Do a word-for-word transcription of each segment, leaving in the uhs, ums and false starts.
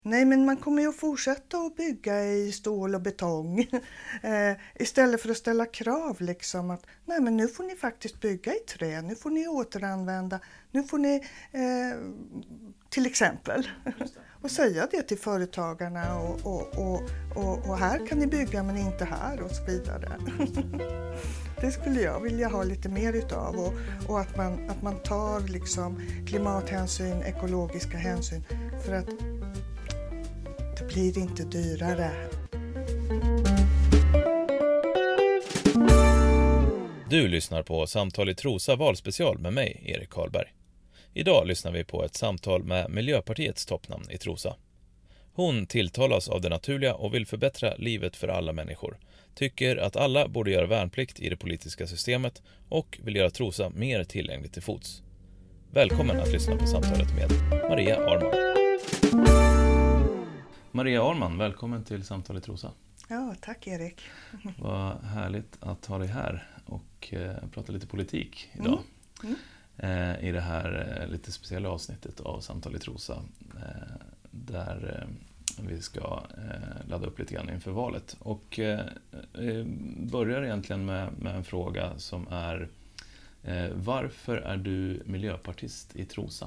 Nej, men man kommer ju att fortsätta att bygga i stål och betong eh, istället för att ställa krav liksom att nej, men nu får ni faktiskt bygga i trä, nu får ni återanvända, nu får ni eh, till exempel och säga det till företagarna och, och, och, och, och här kan ni bygga men inte här och så vidare. Det skulle jag vilja ha lite mer utav och, och att, man, att man tar liksom klimathänsyn, ekologiska hänsyn för att det blir inte dyrare. Du lyssnar på Samtal i Trosa valspecial med mig, Erik Karlberg. Idag lyssnar vi på ett samtal med Miljöpartiets toppnamn i Trosa. Hon tilltalas av det naturliga och vill förbättra livet för alla människor. Tycker att alla borde göra värnplikt i det politiska systemet och vill göra Trosa mer tillgängligt till fots. Välkommen att lyssna på samtalet med Maria Arman. Maria Arman, välkommen till Samtal i Trosa. Ja, tack Erik. Vad härligt att ha dig här och eh, prata lite politik idag. Mm. Mm. Eh, I det här eh, lite speciella avsnittet av Samtal i Trosa. Eh, där eh, vi ska eh, ladda upp lite grann inför valet. Och eh, eh, börjar egentligen med, med en fråga som är eh, varför är du miljöpartist i Trosa?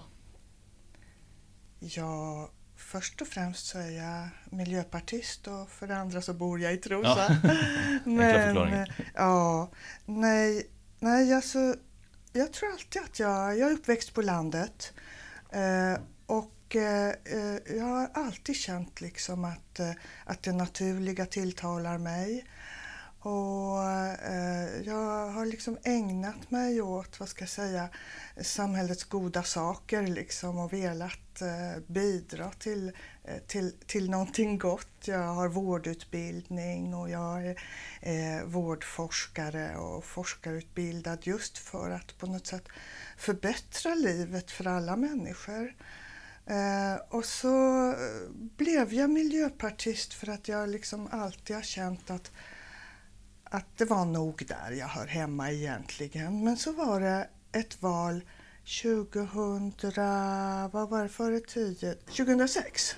Ja, först och främst så är jag miljöpartist och för det andra så bor jag i Trosa. Ja. Men ja, nej, nej alltså, jag tror alltid att jag, jag är uppväxt på landet eh, och eh, jag har alltid känt liksom att, eh, att det naturliga tilltalar mig. Och eh, jag har liksom ägnat mig åt, vad ska jag säga, samhällets goda saker liksom och velat eh, bidra till, eh, till, till någonting gott. Jag har vårdutbildning och jag är eh, vårdforskare och forskarutbildad just för att på något sätt förbättra livet för alla människor. Eh, och så blev jag miljöpartist för att jag liksom alltid har känt att att det var nog där jag hör hemma egentligen. Men så var det ett val tjugohundra, vad var det före tio? tjugohundrasex.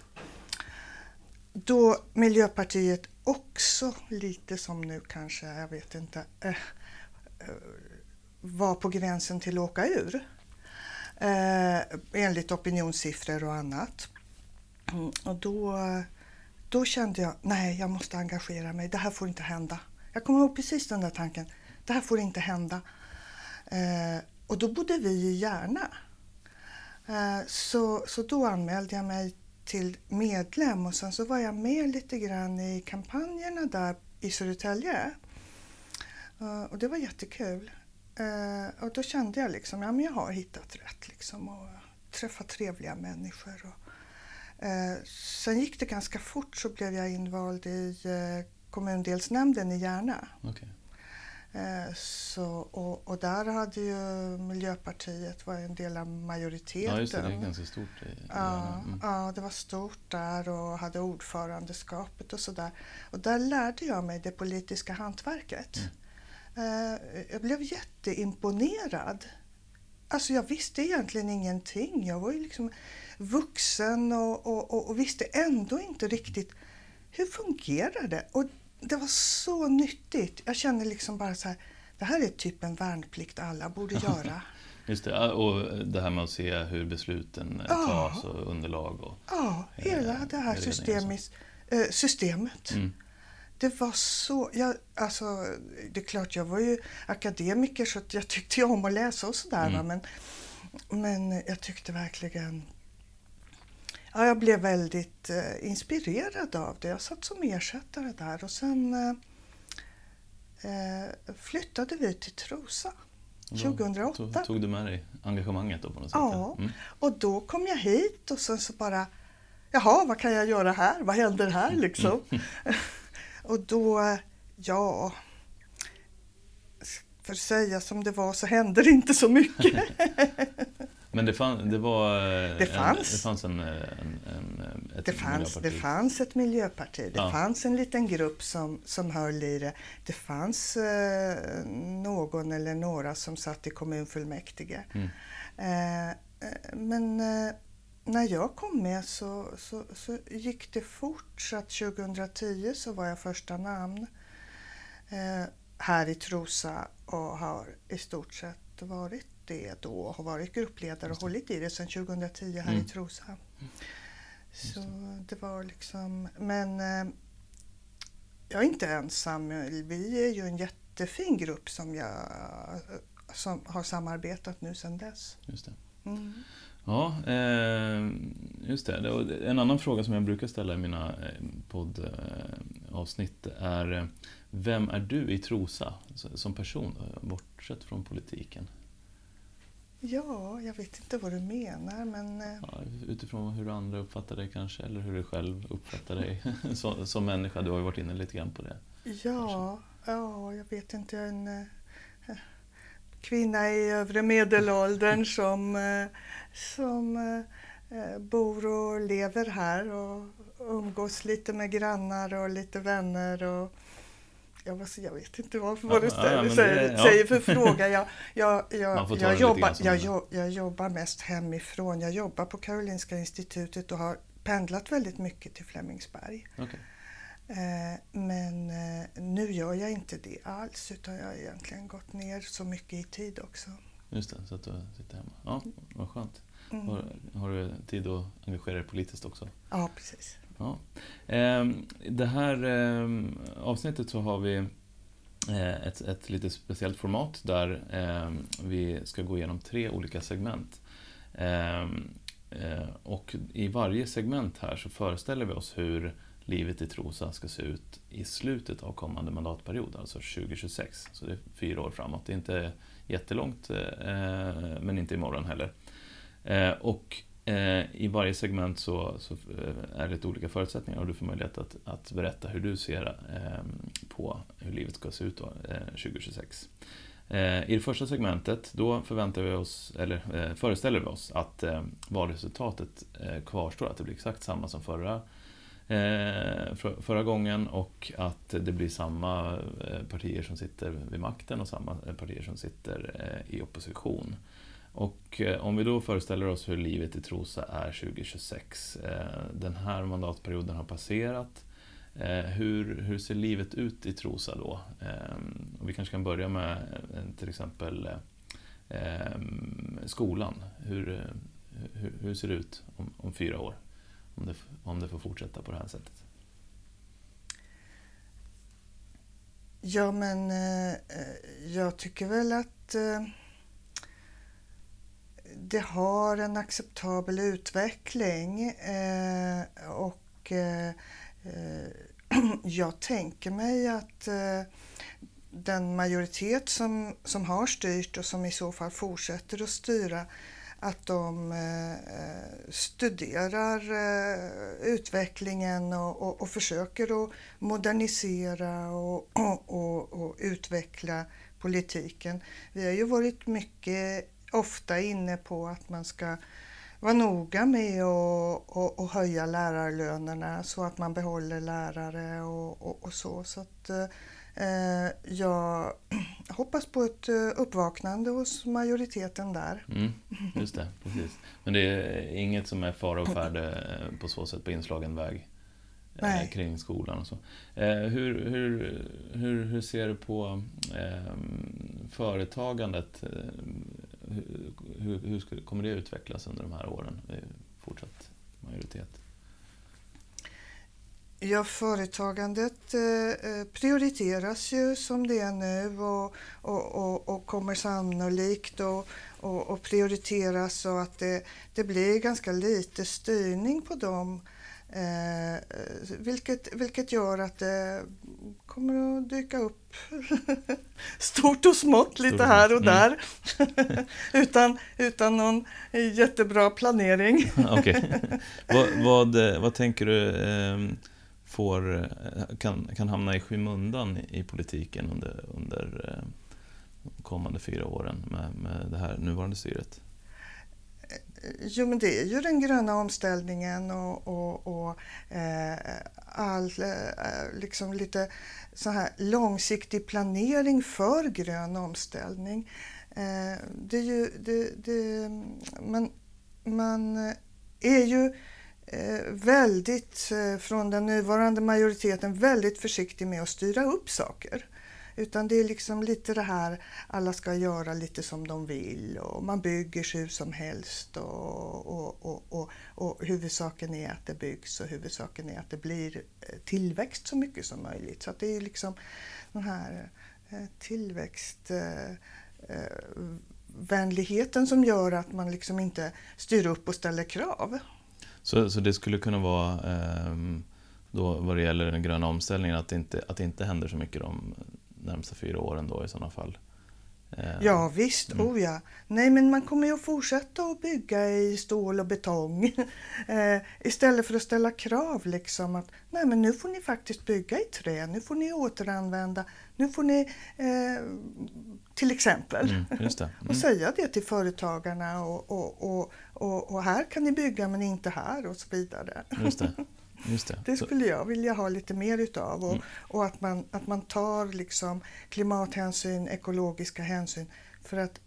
Då Miljöpartiet också, lite som nu kanske, jag vet inte, eh, eh, var på gränsen till att åka ur. Eh, enligt opinionssiffror och annat. Mm, och då, då kände jag, nej jag måste engagera mig, det här får inte hända. Jag kommer ihåg precis den där tanken. Det här får inte hända. Eh, och då bodde vi i Järna. Eh, så, så då anmälde jag mig till medlem och sen så var jag med lite grann i kampanjerna där i Södertälje. Eh, och det var jättekul. Eh, och då kände jag liksom, ja men jag har hittat rätt liksom och träffat trevliga människor. Och, eh, sen gick det ganska fort så blev jag invald i eh, kommundelsnämnden i Järna. Okay. Eh, så, och, och där hade ju Miljöpartiet var en del av majoriteten. Ja, just det, det är ganska stort. I, ja, mm. ja, det var stort där och hade ordförandeskapet och sådär. Och där lärde jag mig det politiska hantverket. Mm. Eh, jag blev jätteimponerad. Alltså jag visste egentligen ingenting. Jag var ju liksom vuxen och, och, och, och visste ändå inte riktigt hur fungerar det? Och det var så nyttigt. Jag kände liksom bara så här, det här är typ en värnplikt alla borde göra. Just det, och det här med att se hur besluten ja. tas och underlag. Och, ja, hela eh, det här systemis, äh, systemet. Mm. Det var så, jag, alltså det är klart jag var ju akademiker så att jag tyckte om att läsa och sådär. Mm. Men, men jag tyckte verkligen, ja, jag blev väldigt eh, inspirerad av det. Jag satt som ersättare där och sen eh, flyttade vi till Trosa tjugohundraåtta. Tog, tog du med dig engagemanget då på något sätt? Ja, mm. Och då kom jag hit och sen så bara, jaha, vad kan jag göra här? Vad händer här liksom? Mm. Och då, ja, för att säga som det var så hände det inte så mycket. Men det, fann, det var det fanns, en, det fanns en, en, en ett det fanns, miljöparti. Det fanns ett miljöparti. Det ja. fanns en liten grupp som, som höll i det. Det fanns eh, någon eller några som satt i kommunfullmäktige. Mm. Eh, men eh, när jag kom med så, så, så gick det fort, så att tjugohundratio så var jag första namn eh, här i Trosa och har i stort sett varit det då och har varit gruppledare och hållit i det sedan tjugohundratio här mm. i Trosa. Så det var liksom, men eh, jag är inte ensam, vi är ju en jättefin grupp som jag som har samarbetat nu sedan dess. Just det. Mm. Ja, eh, just det. En annan fråga som jag brukar ställa i mina poddavsnitt är: vem är du i Trosa som person, bortsett från politiken? Ja, jag vet inte vad du menar, men... Ja, utifrån hur andra uppfattar dig kanske, eller hur du själv uppfattar dig som, som människa. Du har ju varit inne lite grann på det. Ja, ja jag vet inte. En äh, kvinna i övre medelåldern som, äh, som äh, bor och lever här och umgås lite med grannar och lite vänner och... Jag, var så, jag vet inte vad, vad du ställer, ja, ja, säger, ja. säger för fråga. Jag, jag, jag, jag, jobbar, jag, jag, jag jobbar mest hemifrån. Jag jobbar på Karolinska institutet och har pendlat väldigt mycket till Flemingsberg. Okay. Eh, men eh, nu gör jag inte det alls, utan jag har egentligen gått ner så mycket i tid också. Just det, så att du sitter hemma. Ja, vad skönt. Mm. Har, har du tid att engagera dig politiskt också? Ja, precis. Ja. Det här avsnittet så har vi ett, ett lite speciellt format där vi ska gå igenom tre olika segment. Och i varje segment här så föreställer vi oss hur livet i Trosa ska se ut i slutet av kommande mandatperiod, alltså tjugo tjugosex. Så det är fyra år framåt. Det är inte jättelångt, men inte imorgon heller. Och i varje segment så, så är det lite olika förutsättningar och du får möjlighet att, att berätta hur du ser eh, på hur livet ska se ut då, eh, tjugo tjugosex. Eh, I det första segmentet då förväntar vi oss, eller eh, föreställer vi oss att eh, valresultatet eh, kvarstår, att det blir exakt samma som förra, eh, för, förra gången och att det blir samma eh, partier som sitter vid makten och samma partier som sitter eh, i opposition. Och om vi då föreställer oss hur livet i Trosa är tjugo tjugosex, den här mandatperioden har passerat, hur, hur ser livet ut i Trosa då? Och vi kanske kan börja med till exempel skolan. Hur, hur, hur ser det ut om, om fyra år, om det, om det får fortsätta på det här sättet? Ja, men jag tycker väl att det har en acceptabel utveckling eh, och eh, jag tänker mig att eh, den majoritet som, som har styrt och som i så fall fortsätter att styra, att de eh, studerar eh, utvecklingen och, och, och försöker att modernisera och, och, och, och utveckla politiken. Vi har ju varit mycket ofta inne på att man ska vara noga med att och, och höja lärarlönerna så att man behåller lärare och, och, och så. Så att, eh, jag hoppas på ett uppvaknande hos majoriteten där. Mm, just det, precis. Men det är inget som är fara och färde på så sätt på inslagen väg eh, kring skolan och så. Eh, hur, hur, hur, hur ser du på eh, företagandet? Hur, hur ska, kommer det utvecklas under de här åren i fortsatt majoritet? Ja, företagandet eh, prioriteras ju som det är nu och, och, och, och kommer sannolikt och, och, och prioriteras så att det, det blir ganska lite styrning på dem. Eh, vilket, vilket gör att det kommer att dyka upp stort och smått lite här och där mm. utan, utan någon jättebra planering. Okay. vad, vad, vad tänker du eh, får, kan, kan hamna i skymundan i, i politiken under, under eh, kommande fyra åren med, med det här nuvarande styret? Jo, men det är ju den gröna omställningen och, och, och eh, all eh, liksom lite så här långsiktig planering för grön omställning. Eh, det är ju det, det, man, man är ju eh, väldigt, eh, från den nuvarande majoriteten, väldigt försiktig med att styra upp saker. Utan det är liksom lite det här, alla ska göra lite som de vill och man bygger sig hur som helst och, och, och, och, och huvudsaken är att det byggs och huvudsaken är att det blir tillväxt så mycket som möjligt. Så att det är liksom den här tillväxtvänligheten som gör att man liksom inte styr upp och ställer krav. Så, så det skulle kunna vara eh, då vad det gäller den gröna omställningen att det inte, att det inte händer så mycket de närmsta fyra åren då i sådana fall? Eh, ja visst, mm. oh ja. Nej men man kommer ju att fortsätta att bygga i stål och betong eh, istället för att ställa krav liksom att nej men nu får ni faktiskt bygga i trä, nu får ni återanvända, nu får ni eh, till exempel mm, just det. Mm. och säga det till företagarna och, och, och, och, och här kan ni bygga men inte här och så vidare. Just det. Just det. det skulle jag vilja ha lite mer utav och, mm. och att, man, att man tar liksom klimathänsyn, ekologiska hänsyn för att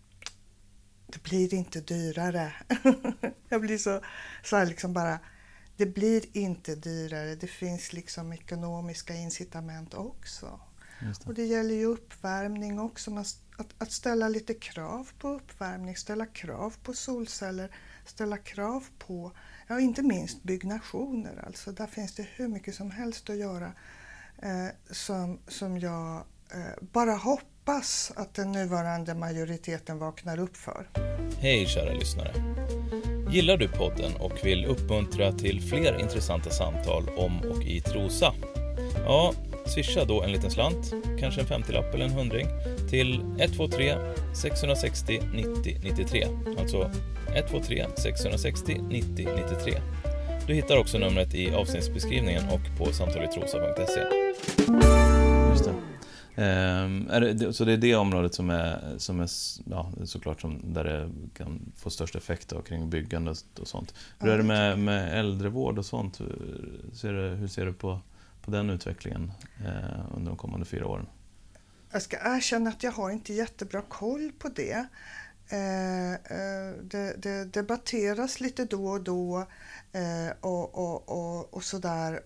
det blir inte dyrare. jag blir så, så här liksom bara, det blir inte dyrare, det finns liksom ekonomiska incitament också. Just det. Och det gäller ju uppvärmning också, man, att, att ställa lite krav på uppvärmning, ställa krav på solceller, ställa krav på, ja inte minst byggnationer, alltså där finns det hur mycket som helst att göra eh, som, som jag eh, bara hoppas att den nuvarande majoriteten vaknar upp för. Hej kära lyssnare! Gillar du podden och vill uppmuntra till fler intressanta samtal om och i Trosa? Ja, swisha då en liten slant, kanske en femtiolapp eller en hundring, till ett två tre sex sex noll nittio nittiotre. Alltså ett två tre sex sex noll nittio nittiotre. Du hittar också numret i avsnittsbeskrivningen och på samtaletrosa punkt se. Just det. Um, är det. Så det är det området som är, som är ja, såklart som, där det kan få störst effekt då, kring byggande och sånt. Hur är det med, med äldrevård och sånt? Ser du, hur ser du på på den utvecklingen eh, under de kommande fyra åren? Jag ska erkänna att jag har inte jättebra koll på det. Eh, eh, det, det debatteras lite då och då eh, och, och, och, och sådär.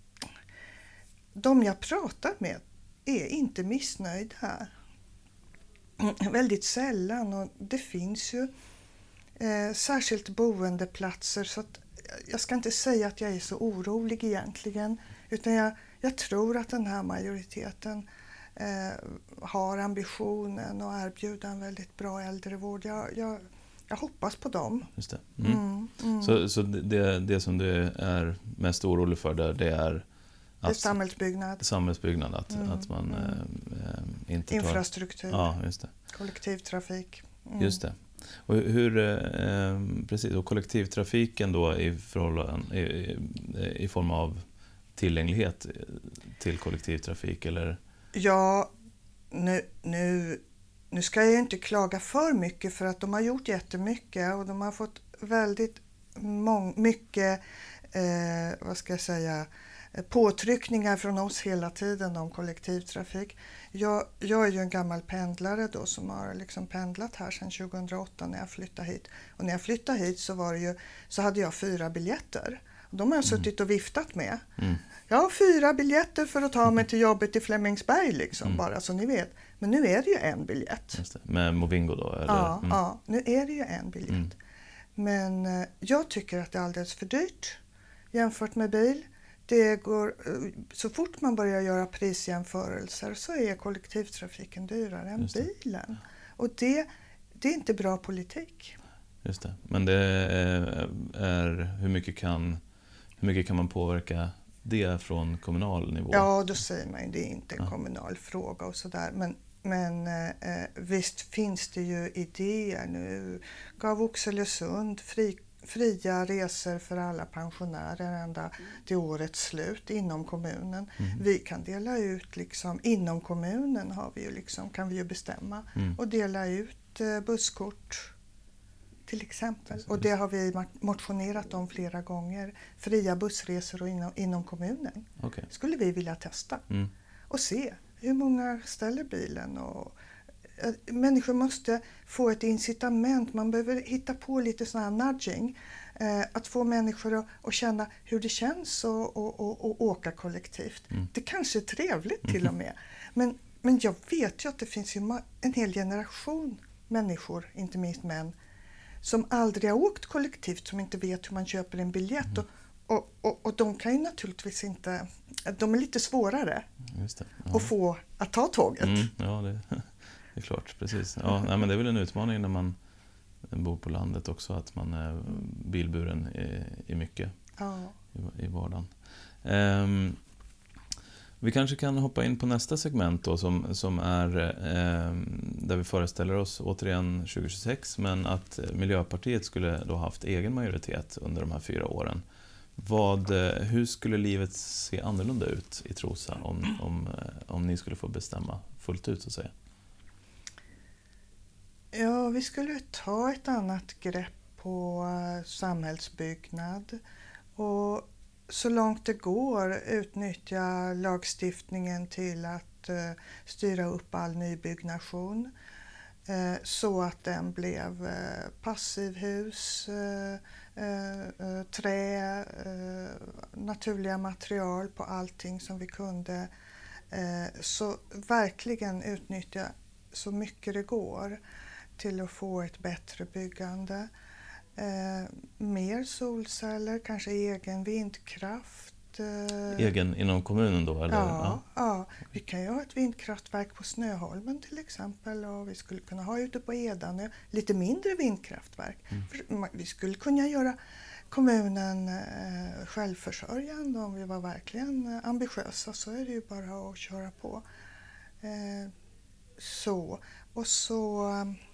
De jag pratar med är inte missnöjda. Mm, väldigt sällan, och det finns ju eh, särskilt boendeplatser så att jag ska inte säga att jag är så orolig egentligen. Utan jag, jag tror att den här majoriteten eh, har ambitionen att erbjuda en väldigt bra äldrevård. Jag, jag, jag hoppas på dem. Just det. Mm. Mm, mm. Så, så det, det som du är mest orolig för där, det är att, det är samhällsbyggnad. Samhällsbyggnad, att, mm, att man mm. eh, inte tar... Infrastruktur, ja, just det. Kollektivtrafik. Mm. Just det. Och hur, eh, precis, och kollektivtrafiken då i, förhållande, i, i form av tillgänglighet till kollektivtrafik eller? Ja, nu, nu, nu ska jag inte klaga för mycket för att de har gjort jättemycket och de har fått väldigt mång, mycket eh, vad ska jag säga, påtryckningar från oss hela tiden om kollektivtrafik. Jag, jag är ju en gammal pendlare då som har liksom pendlat här sedan tjugohundraåtta när jag flyttade hit. Och när jag flyttade hit så, var det ju, så hade jag fyra biljetter. De har jag suttit och viftat med. Mm. Jag har fyra biljetter för att ta mig till jobbet i Flemingsberg liksom, mm. bara så ni vet. Men nu är det ju en biljett. Just det. Med Movingo då? Eller? Ja, mm. ja, nu är det ju en biljett. Mm. Men eh, jag tycker att det är alldeles för dyrt jämfört med bil. Det går, så fort man börjar göra prisjämförelser så är kollektivtrafiken dyrare än bilen. Och det, det är inte bra politik. Just det. Men det är, är hur mycket kan hur mycket kan man påverka det från kommunal nivå? Ja, då säger man ju det är inte en ja. kommunal fråga och sådär. Men, men eh, visst finns det ju idéer nu. Gav Oxelösund fri fria resor för alla pensionärer ända till årets slut inom kommunen. Mm. Vi kan dela ut, liksom, inom kommunen har vi ju liksom, kan vi ju bestämma mm. och dela ut eh, busskort till exempel. Och det har vi motionerat om flera gånger. Fria bussresor och inom, inom kommunen. Okay. Skulle vi vilja testa mm. och se hur många ställer bilen och människor måste få ett incitament. Man behöver hitta på lite sån här nudging. Eh, att få människor att, att känna hur det känns att och, och, och åka kollektivt. Mm. Det kanske är trevligt till och med. Men, men jag vet ju att det finns ju en hel generation människor, inte minst män, som aldrig har åkt kollektivt, som inte vet hur man köper en biljett. Mm. Och, och, och, och de kan ju naturligtvis inte, de är lite svårare Just det. Ja. att få att ta tåget. Mm, ja, det, det är klart, precis. Ja, nej, men det är väl en utmaning när man bor på landet också, att man är bilburen i, i mycket ja. i, i vardagen. Um, vi kanske kan hoppa in på nästa segment då, som, som är um, där vi föreställer oss återigen tjugohundratjugosex, men att Miljöpartiet skulle då haft egen majoritet under de här fyra åren. Vad, hur skulle livet se annorlunda ut i Trosa om, om, om ni skulle få bestämma fullt ut så att säga? Ja, vi skulle ta ett annat grepp på samhällsbyggnad och så långt det går utnyttja lagstiftningen till att uh, styra upp all nybyggnation uh, så att den blev uh, passivhus, uh, uh, uh, trä, uh, naturliga material på allting som vi kunde. Uh, så verkligen utnyttja så mycket det går till att få ett bättre byggande. Eh, mer solceller, kanske egen vindkraft. Eh, egen inom kommunen då? Eller? Ja, ja. ja, vi kan ju ha ett vindkraftverk på Snöholmen till exempel, och vi skulle kunna ha ute på Edanö lite mindre vindkraftverk. Mm. För vi skulle kunna göra kommunen eh, självförsörjande om vi var verkligen ambitiösa, så är det ju bara att köra på. Eh, så, och så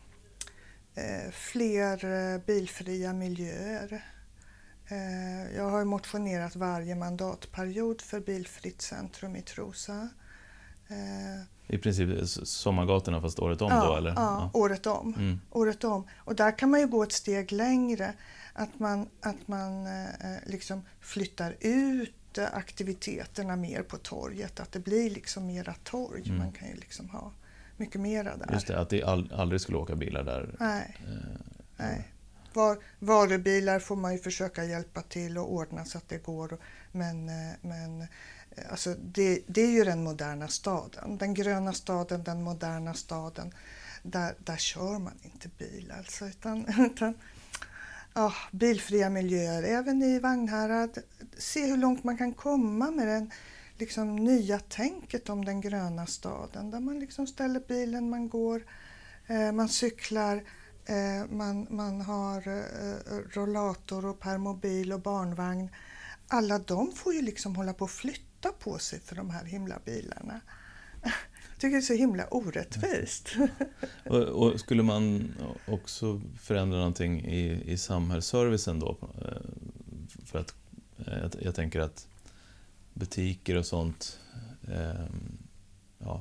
eh, fler eh, bilfria miljöer. Eh, jag har motionerat varje mandatperiod för bilfritt centrum i Trosa. Eh, I princip sommargatorna fast året om ja, då? Eller? Ja, ja. Året, om. Mm. året om. Och där kan man ju gå ett steg längre. Att man, att man eh, liksom flyttar ut aktiviteterna mer på torget. Att det blir liksom mera torg. Mm. Man kan ju liksom ha mycket mera där. Just det, att det all, aldrig skulle åka bilar där. Nej. Eh, Nej. Var, varubilar får man ju försöka hjälpa till och ordna så att det går. Men, men alltså det, det är ju den moderna staden. Den gröna staden, den moderna staden. Där, där kör man inte bil alltså. Utan, utan oh, bilfria miljöer. Även i Vagnhärad. Se hur långt man kan komma med den liksom, nya tänket om den gröna staden. Där man liksom ställer bilen, man går, eh, man cyklar. Man, man har uh, rollator och permobil och barnvagn. Alla de får ju liksom hålla på att flytta på sig för de här himla bilarna. Jag tycker det är så himla orättvist. och, och skulle man också förändra någonting i, i samhällsservicen då? För att jag, jag tänker att butiker och sånt, eh, ja,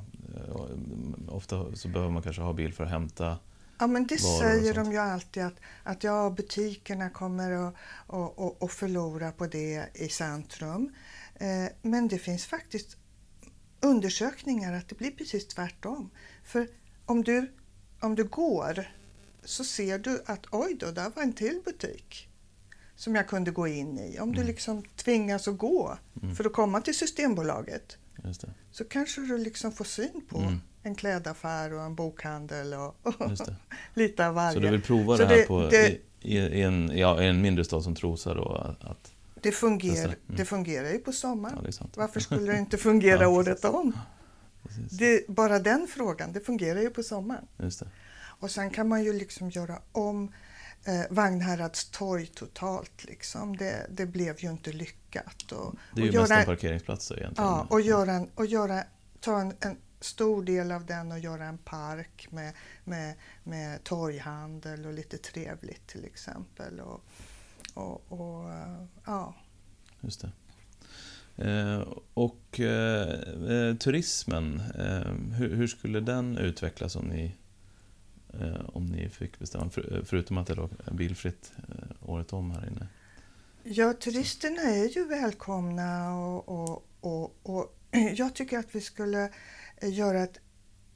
ofta så behöver man kanske ha bil för att hämta. Ja, men det säger de ju alltid att, att ja, butikerna kommer att, att, att, att förlora på det i centrum. Eh, men det finns faktiskt undersökningar att det blir precis tvärtom. För om du, om du går så ser du att oj då, där var en till butik som jag kunde gå in i. Om mm. du liksom tvingas att gå mm. för att komma till Systembolaget. Just det. Så kanske du liksom får syn på mm. en klädaffär och en bokhandel och, och lite av varje. Så du vill prova så det här det, på, det, i, i, en, ja, i en mindre stad som Trosa då? Att, det, funger, mm. det fungerar ju på sommaren. Ja, det är sant. Varför skulle det inte fungera ja, året om? Det, bara den frågan, det fungerar ju på sommaren. Just det. Och sen kan man ju liksom göra om eh, Vagnhärads torg totalt. Liksom. Det, det blev ju inte lyckat. Och, det är ju och mest göra, en parkeringsplats egentligen. Ja, och, göra en, och göra, ta en, en stor del av den och göra en park med, med, med torghandel och lite trevligt till exempel. Och, och, och ja. Just det. Eh, och eh, turismen, eh, hur, hur skulle den utvecklas om ni, eh, om ni fick bestämma, för, förutom att det är bilfritt eh, året om här inne? Ja, turisterna är ju välkomna och, och, och, och jag tycker att vi skulle göra ett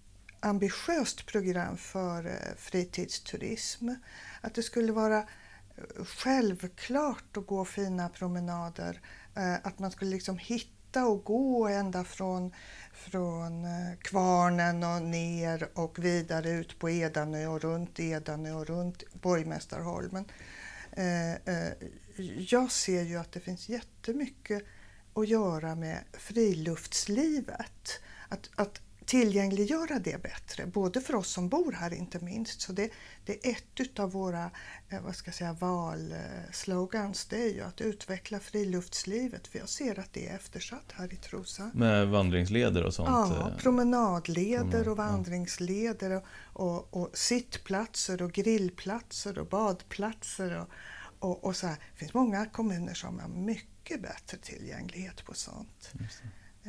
ambitiöst program för fritidsturism. Att det skulle vara självklart att gå fina promenader. Eh, att man skulle liksom hitta och gå ända från, från eh, Kvarnen och ner och vidare ut på Edanö och runt Edanö och runt Borgmästarholmen. Eh, eh, jag ser ju att det finns jättemycket att göra med friluftslivet. Att, att tillgängliggöra det bättre, både för oss som bor här inte minst. Så det, det är ett av våra eh, vad ska jag säga, valslogans, det är ju att utveckla friluftslivet. För jag ser att det är eftersatt här i Trosa. Med vandringsleder och sånt? Ja, promenadleder och vandringsleder och, och, och sittplatser och grillplatser och badplatser. Och, och, och så här. Det finns många kommuner som har mycket bättre tillgänglighet på sånt. Just det.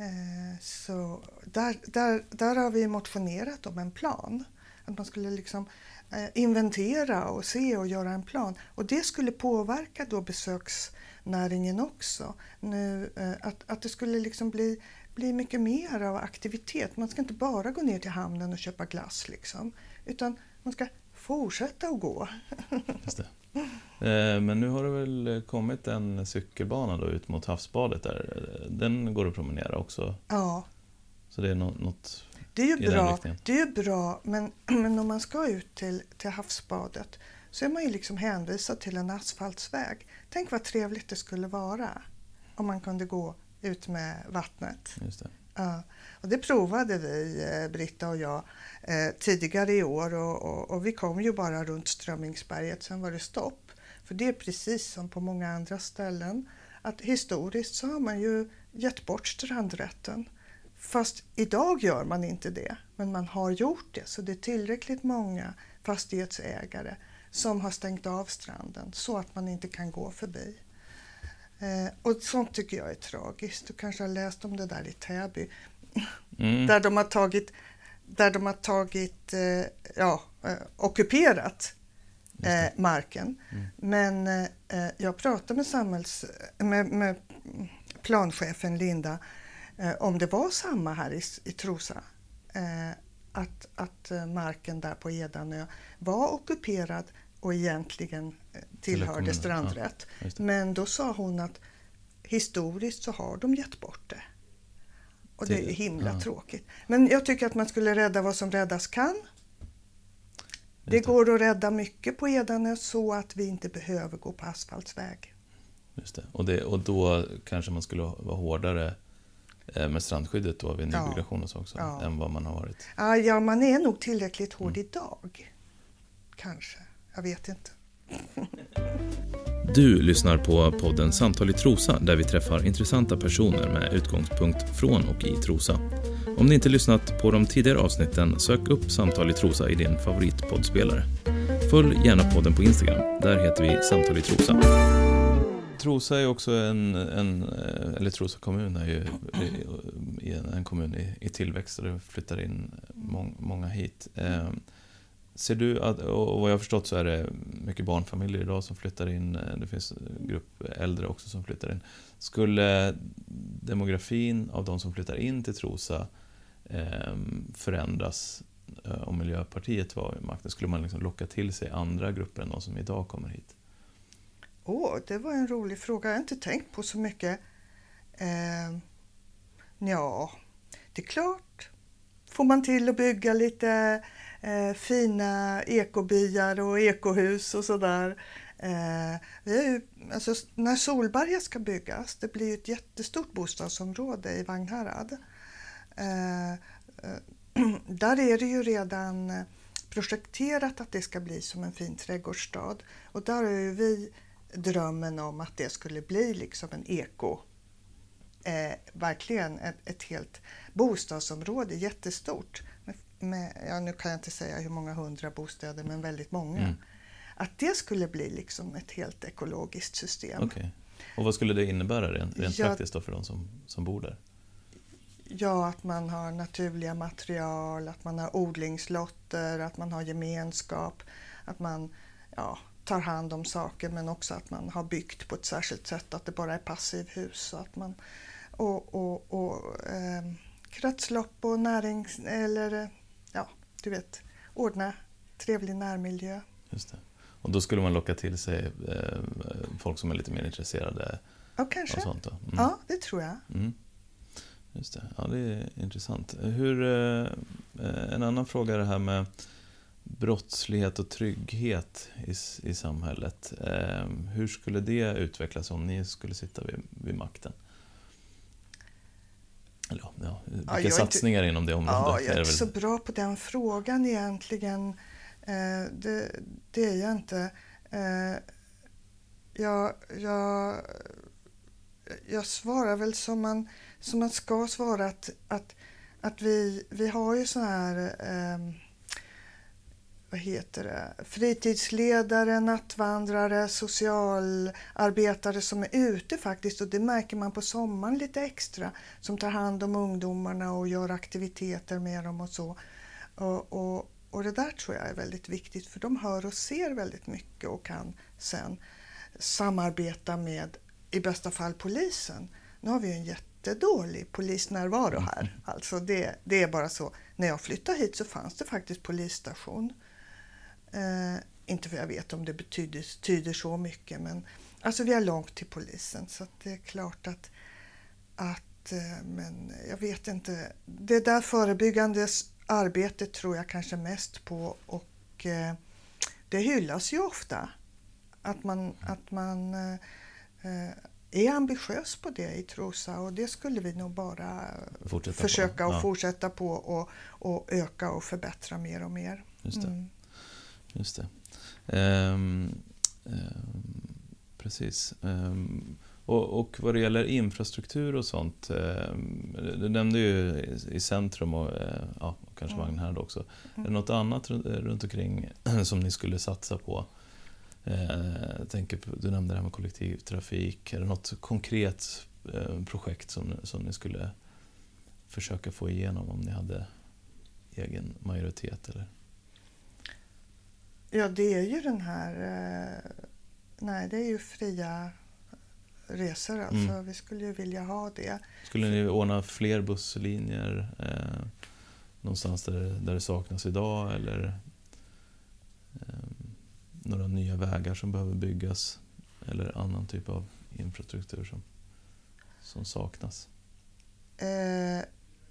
Så där, där, där har vi motionerat om en plan. Att man skulle liksom inventera och se och göra en plan. Och det skulle påverka då besöksnäringen också. Nu, att, att det skulle liksom bli, bli mycket mer av aktivitet. Man ska inte bara gå ner till hamnen och köpa glass liksom. Utan man ska fortsätta att gå. Just det. Men nu har det väl kommit en cykelbana då ut mot havsbadet där. Den går att promenera också. Ja. Så det är något det är ju i bra, den riktningen. Det är ju bra, men, men om man ska ut till, till havsbadet så är man ju liksom hänvisad till en asfaltsväg. Tänk vad trevligt det skulle vara om man kunde gå ut med vattnet. Just det. Ja, och det provade vi, Britta och jag, tidigare i år och, och, och vi kom ju bara runt Strömmingsberget, sen var det stopp. För det är precis som på många andra ställen, att historiskt så har man ju gett bort strandrätten. Fast idag gör man inte det, men man har gjort det. Så det är tillräckligt många fastighetsägare som har stängt av stranden så att man inte kan gå förbi. Eh, och sånt tycker jag är tragiskt. Du kanske har läst om det där i Täby. Mm. Där de har tagit, där de har tagit eh, ja, eh, ockuperat eh, marken. Mm. Men eh, jag pratade med, samhälls, med, med planchefen Linda eh, om det var samma här i, i Trosa. Eh, att, att marken där på Edanö var ockuperad och egentligen tillhörde strandrätt. Ja, men då sa hon att historiskt så har de gett bort det. Och det är himla ja. tråkigt. Men jag tycker att man skulle rädda vad som räddas kan. Det, det går att rädda mycket på Edanö så att vi inte behöver gå på asfaltsväg. Just det. Och, det, och då kanske man skulle vara hårdare med strandskyddet då vid nybyggnation ja. och så också, ja. än vad man har varit. Ja, ja, man är nog tillräckligt hård mm. idag. Kanske. Jag vet inte. Du lyssnar på podden Samtal i Trosa där vi träffar intressanta personer med utgångspunkt från och i Trosa. Om ni inte lyssnat på de tidigare avsnitten, sök upp Samtal i Trosa i din favoritpoddspelare. Följ gärna podden på Instagram, där heter vi Samtal i Trosa. Trosa är också en, en eller Trosa kommun är ju en kommun i, i tillväxt och det flyttar in må, många hit. Eh, ser du att, och vad jag har förstått så är det mycket barnfamiljer idag som flyttar in, det finns en grupp äldre också som flyttar in. Skulle demografin av de som flyttar in till Trosa eh, förändras eh, om Miljöpartiet var i makten? Skulle man liksom locka till sig andra grupper än de som idag kommer hit? Åh, oh, det var en rolig fråga. Jag har inte tänkt på så mycket. Eh, ja, det är klart. Får man till att bygga lite eh, fina ekobyar och ekohus och sådär. Eh, vi är ju, alltså, när Solberga ska byggas, det blir ett jättestort bostadsområde i Vagnhärad. Eh, eh, där är det ju redan projekterat att det ska bli som en fin trädgårdsstad. Och där är ju vi drömmen om att det skulle bli liksom en eko, eh, verkligen ett, ett helt bostadsområde, jättestort. Med, med, ja, nu kan jag inte säga hur många hundra bostäder, men väldigt många. Mm. Att det skulle bli liksom ett helt ekologiskt system. Okay. Och vad skulle det innebära rent, rent ja, praktiskt då för de som, som bor där? Ja, att man har naturliga material, att man har odlingslotter, att man har gemenskap, att man ja, tar hand om saker, men också att man har byggt på ett särskilt sätt, att det bara är passivhus. Att man, och och, och eh, kretslopp och närings... Eller ja, du vet, ordna trevlig närmiljö. Just det. Och då skulle man locka till sig eh, folk som är lite mer intresserade Ja, kanske. av sånt då. Mm. Ja, det tror jag. Mm. Just det. Ja, det är intressant. Hur, eh, en annan fråga är det här med brottslighet och trygghet i, i samhället. Eh, hur skulle det utvecklas om ni skulle sitta vid, vid makten? Eller, ja, vilka ja, satsningar inte, inom det området? Ja, jag är, är inte väl... så bra på den frågan egentligen. Eh, det, det är jag inte. Eh, jag, jag, jag svarar väl som man, som man ska svara att, att, att vi, vi har ju så här... Eh, vad heter det, fritidsledare, nattvandrare, socialarbetare som är ute faktiskt, och det märker man på sommaren lite extra, som tar hand om ungdomarna och gör aktiviteter med dem och så. Och, och, och det där tror jag är väldigt viktigt, för de hör och ser väldigt mycket och kan sen samarbeta med, i bästa fall, polisen. Nu har vi ju en jättedålig polisnärvaro här. Alltså det, det är bara så. När jag flyttade hit så fanns det faktiskt polisstation. Eh, inte för jag vet om det betyder, betyder så mycket, men alltså vi har långt till polisen, så att det är klart att, att eh, men jag vet inte, det där förebyggande arbetet tror jag kanske mest på, och eh, det hyllas ju ofta att man, att man eh, är ambitiös på det i Trosa, och det skulle vi nog bara fortsätta försöka och ja. fortsätta på och, och öka och förbättra mer och mer. Just det. Mm. Just det. Ehm, ehm, precis. Ehm, och, och vad det gäller infrastruktur och sånt, ehm, du nämnde ju i, i centrum och, ja, och kanske mm. Vagnhärad också. Mm. Är det något annat runt omkring som ni skulle satsa på? Jag tänker på, du nämnde det här med kollektivtrafik. Är det något konkret eh, projekt som, som ni skulle försöka få igenom om ni hade egen majoritet? Eller? Ja, det är ju den här... Eh, nej, det är ju fria resor. Alltså. Mm. Vi skulle ju vilja ha det. Skulle ni ordna fler busslinjer eh, någonstans där, där det saknas idag? Eller... Eh, några nya vägar som behöver byggas eller annan typ av infrastruktur som, som saknas? Eh,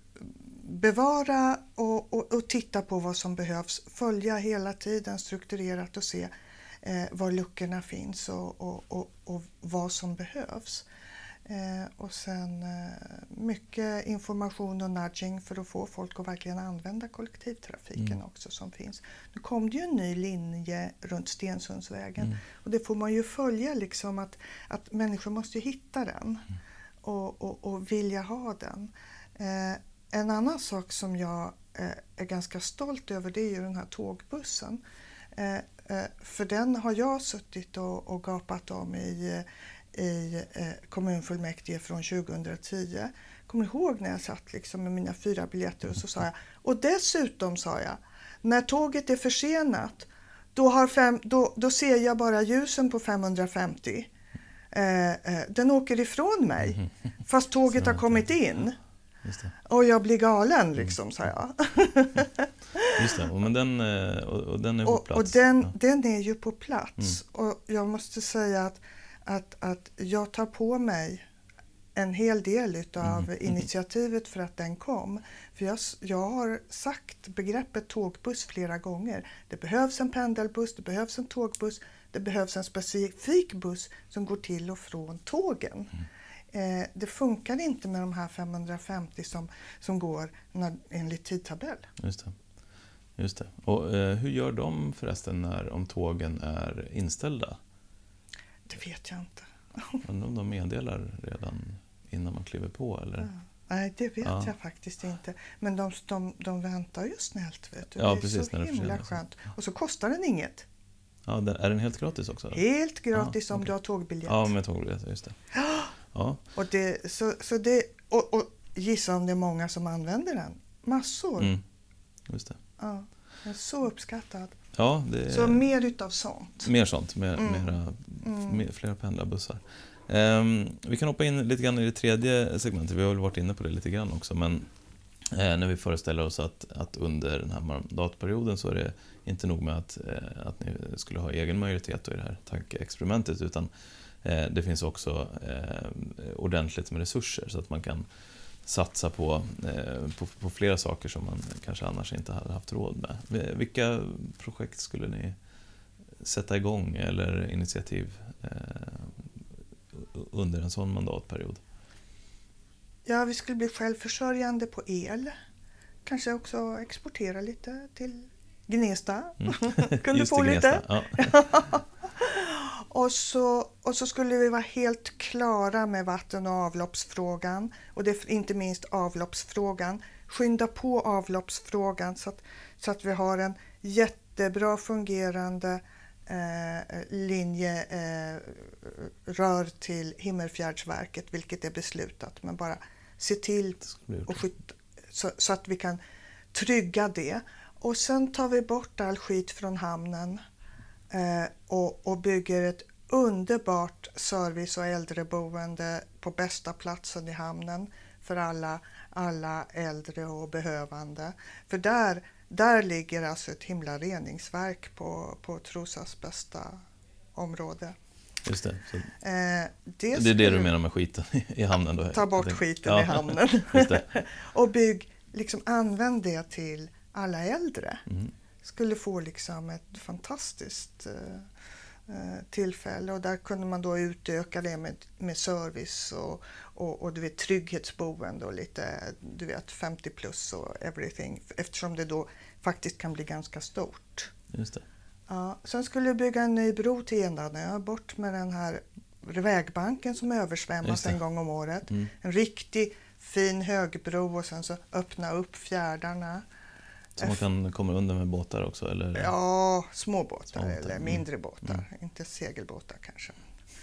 bevara och, och, och titta på vad som behövs. Följa hela tiden strukturerat och se eh, var luckorna finns och, och, och, och vad som behövs. Eh, och sen eh, mycket information och nudging för att få folk att verkligen använda kollektivtrafiken mm. också som finns. Nu kom det ju en ny linje runt Stensundsvägen mm. och det får man ju följa liksom att, att människor måste hitta den mm. och, och, och vilja ha den. Eh, en annan sak som jag eh, är ganska stolt över, det är ju den här tågbussen. Eh, eh, för den har jag suttit och, och gapat om i i eh, kommunfullmäktige från tjugohundratio. Kommer ihåg när jag satt liksom med mina fyra biljetter och så sa jag, och dessutom sa jag, när tåget är försenat då, har fem, då, då ser jag bara ljusen på femhundrafemtio. Eh, eh, den åker ifrån mig fast tåget har kommit in. Just det. Och jag blir galen liksom, sa jag. Just det, men den, och, och den är på och, plats. Och den, ja. den är ju på plats. Mm. Och jag måste säga att Att, att jag tar på mig en hel del av mm. initiativet för att den kom. För jag, jag har sagt begreppet tågbuss flera gånger. Det behövs en pendelbuss, det behövs en tågbuss, det behövs en specifik buss som går till och från tågen. Mm. Eh, det funkar inte med de här femhundrafemtio som, som går när, enligt tidtabell. Just det. Just det. Och eh, hur gör de förresten när, om tågen är inställda? Det vet jag inte. Undrar om de meddelar redan innan man kliver på? Eller? Ja. Nej, det vet ja. jag faktiskt inte. Men de, de, de väntar ju snällt. Vet du. Ja, det är precis, så himla skönt. Och så kostar den inget. Ja, den, är den helt gratis också? Då? Helt gratis ja, om okay. du har tågbiljett. Ja, med tågbiljett, just det. Ja. Och, det, så, så det och, och gissa om det är många som använder den. Massor. Mm. Just det. Ja, den är så uppskattad. Ja, det är... Så mer utav sånt. Mer sånt, mer, mm. mera, mm. mer, flera pendlarbussar. Um, vi kan hoppa in lite grann i det tredje segmentet. Vi har väl varit inne på det lite grann också. Men Eh, när vi föreställer oss att, att under den här mandatperioden så är det inte nog med att, eh, att ni skulle ha egen majoritet i det här tankeexperimentet, utan eh, det finns också eh, ordentligt med resurser så att man kan satsa på, eh, på, på flera saker som man kanske annars inte hade haft råd med. Vilka projekt skulle ni sätta igång eller initiativ eh, under en sån mandatperiod? Ja, vi skulle bli självförsörjande på el. Kanske också exportera lite till Gnesta. Mm. Kunde Just få Gnesta, lite. ja. och, så, och så skulle vi vara helt klara med vatten- och avloppsfrågan. Och det är inte minst avloppsfrågan. Skynda på avloppsfrågan så att, så att vi har en jättebra fungerande eh, linje eh, rör till Himmelfjärdsverket, vilket är beslutat. Men bara se till och skjuta, så, så att vi kan trygga det. Och sen tar vi bort all skit från hamnen eh, och, och bygger ett underbart service- och äldreboende på bästa platsen i hamnen för alla, alla äldre och behövande. För där, där ligger alltså ett himla reningsverk på, på Trosas bästa område. Just det. Så Eh, det, det är det du menar med skiten i hamnen då? Ta bort skiten ja. i hamnen. Just det. Och bygg, liksom använd det till alla äldre. Mm. Skulle få liksom ett fantastiskt eh, tillfälle, och där kunde man då utöka det med, med service och, och, och du vet, trygghetsboende och lite, du vet, femtio plus och everything, eftersom det då faktiskt kan bli ganska stort. Just det. Ja, sen skulle vi bygga en ny bro till Endanö, bort med den här vägbanken som översvämmas en gång om året. Mm. En riktig fin högbro och sen så öppna upp fjärdarna. Så man kan komma under med båtar också? Eller? Ja, små båtar, Småbåtar. eller mindre båtar, Mm. inte segelbåtar kanske.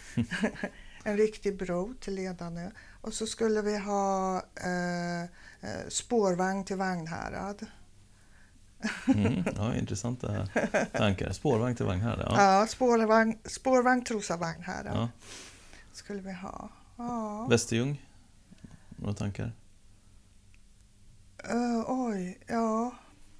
En riktig bro till Ledanö. Och så skulle vi ha eh, spårvagn till Vagnhärad. Mm, ja, intressanta tankar. Spårvagn till Vagnhärad. Ja, Ja, spårvagn, spårvagn Trosa Vagnhärad ja. skulle vi ha. Ja. Västerljung? Några tankar? Uh, oj, ja.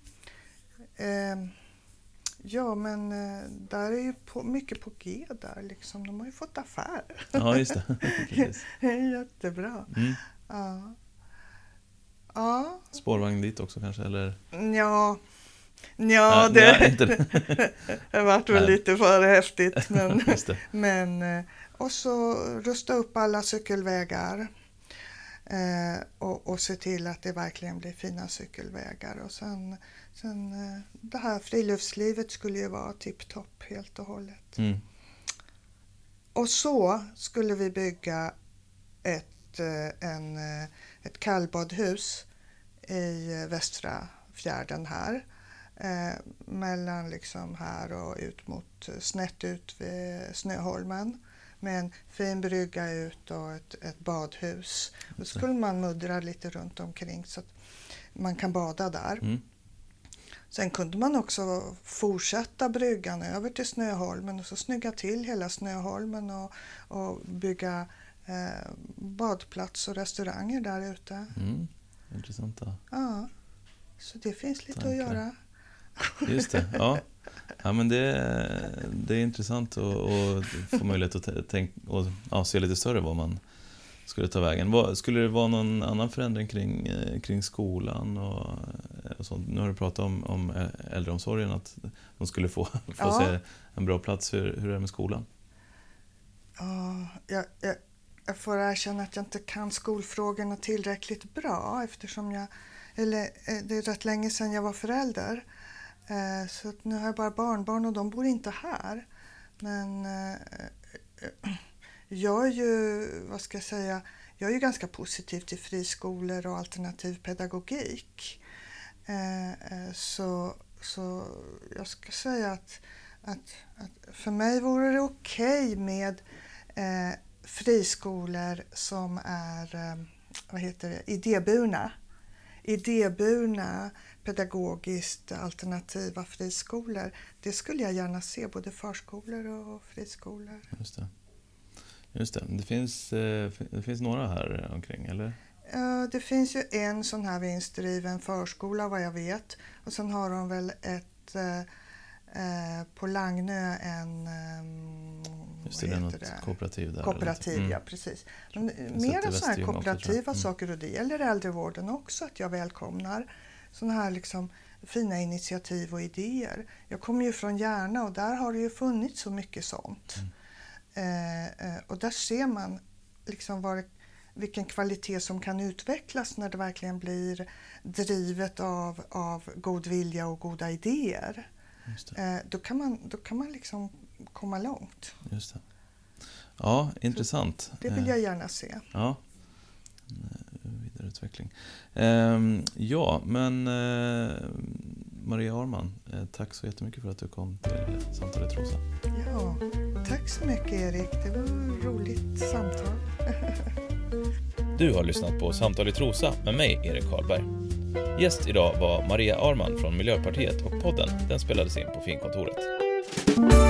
Uh, ja, men uh, där är ju på, mycket på G där liksom. De har ju fått affär. Ja, just det. Precis. Jättebra. Mm. Ja. Ja. Spårvagn dit också kanske? Eller? Ja. Ja, Ja, det, nej, inte det. det vart väl Nej. lite för häftigt. Men, Just det. men, uh, och så rusta upp alla cykelvägar. Eh, och, och se till att det verkligen blir fina cykelvägar. Och sen, sen eh, det här friluftslivet skulle ju vara tipptopp helt och hållet. Mm. Och så skulle vi bygga ett, eh, en, eh, ett kallbadhus i eh, västra fjärden här. Eh, mellan liksom här och ut mot, snett ut vid Snöholmen. Med en fin brygga ut och ett, ett badhus. Då skulle man muddra lite runt omkring så att man kan bada där. Mm. Sen kunde man också fortsätta bryggan över till Snöholmen och så snygga till hela Snöholmen och, och bygga eh, badplats och restauranger där ute. Mm. Intressanta. Ja, så det finns lite Tankar. att göra. Just det, ja. Ja, men det, det är intressant att, att få möjlighet att tänka och ja, se lite större vad man skulle ta vägen. Vad, skulle det vara någon annan förändring kring, kring skolan och, och sånt? Nu har du pratat om, om äldreomsorgen, att de skulle få, få Ja. se en bra plats. Hur, hur är det med skolan? Ja, jag, jag, jag får erkänna att jag inte kan skolfrågorna tillräckligt bra eftersom jag, eller eh, det är rätt länge sedan jag var förälder. Eh, Så att nu har jag bara barnbarn och de bor inte här. Men eh, eh, jag är ju, vad ska jag säga, jag är ju ganska positiv till friskolor och alternativ pedagogik. Eh, eh, Så, så jag ska säga att, att, att för mig vore det okej med eh, friskolor som är, eh, vad heter det, idéburna. Idéburna, pedagogiskt alternativa friskolor. Det skulle jag gärna se, både förskolor och friskolor. Just det. Just det. Det finns, det finns några här omkring, eller? Uh, det finns ju en sån här vinstdriven förskola vad jag vet. Och sen har de väl ett uh, uh, på Lagnö en um, Just det, det är något kooperativ där. Kooperativ, mm. ja precis. Men mer sådana här kooperativa mm. saker, och det gäller äldrevården också, att jag välkomnar sådana här liksom fina initiativ och idéer. Jag kommer ju från Järna och där har det ju funnits så mycket sånt. Mm. Uh, uh, och där ser man liksom vad det, vilken kvalitet som kan utvecklas när det verkligen blir drivet av, av god vilja och goda idéer. Just det. Eh, då kan man, då kan man liksom komma långt. Just det. Ja, intressant. Så det vill jag gärna se. Ja, vidareutveckling. Eh, ja, men eh, Maria Arman, eh, tack så jättemycket för att du kom till Samtal i Trosa. Ja, tack så mycket Erik. Det var ett roligt samtal. Du har lyssnat på Samtal i Trosa med mig, Erik Karlberg. Gäst idag var Maria Arman från Miljöpartiet och podden, den spelades in på Finkontoret.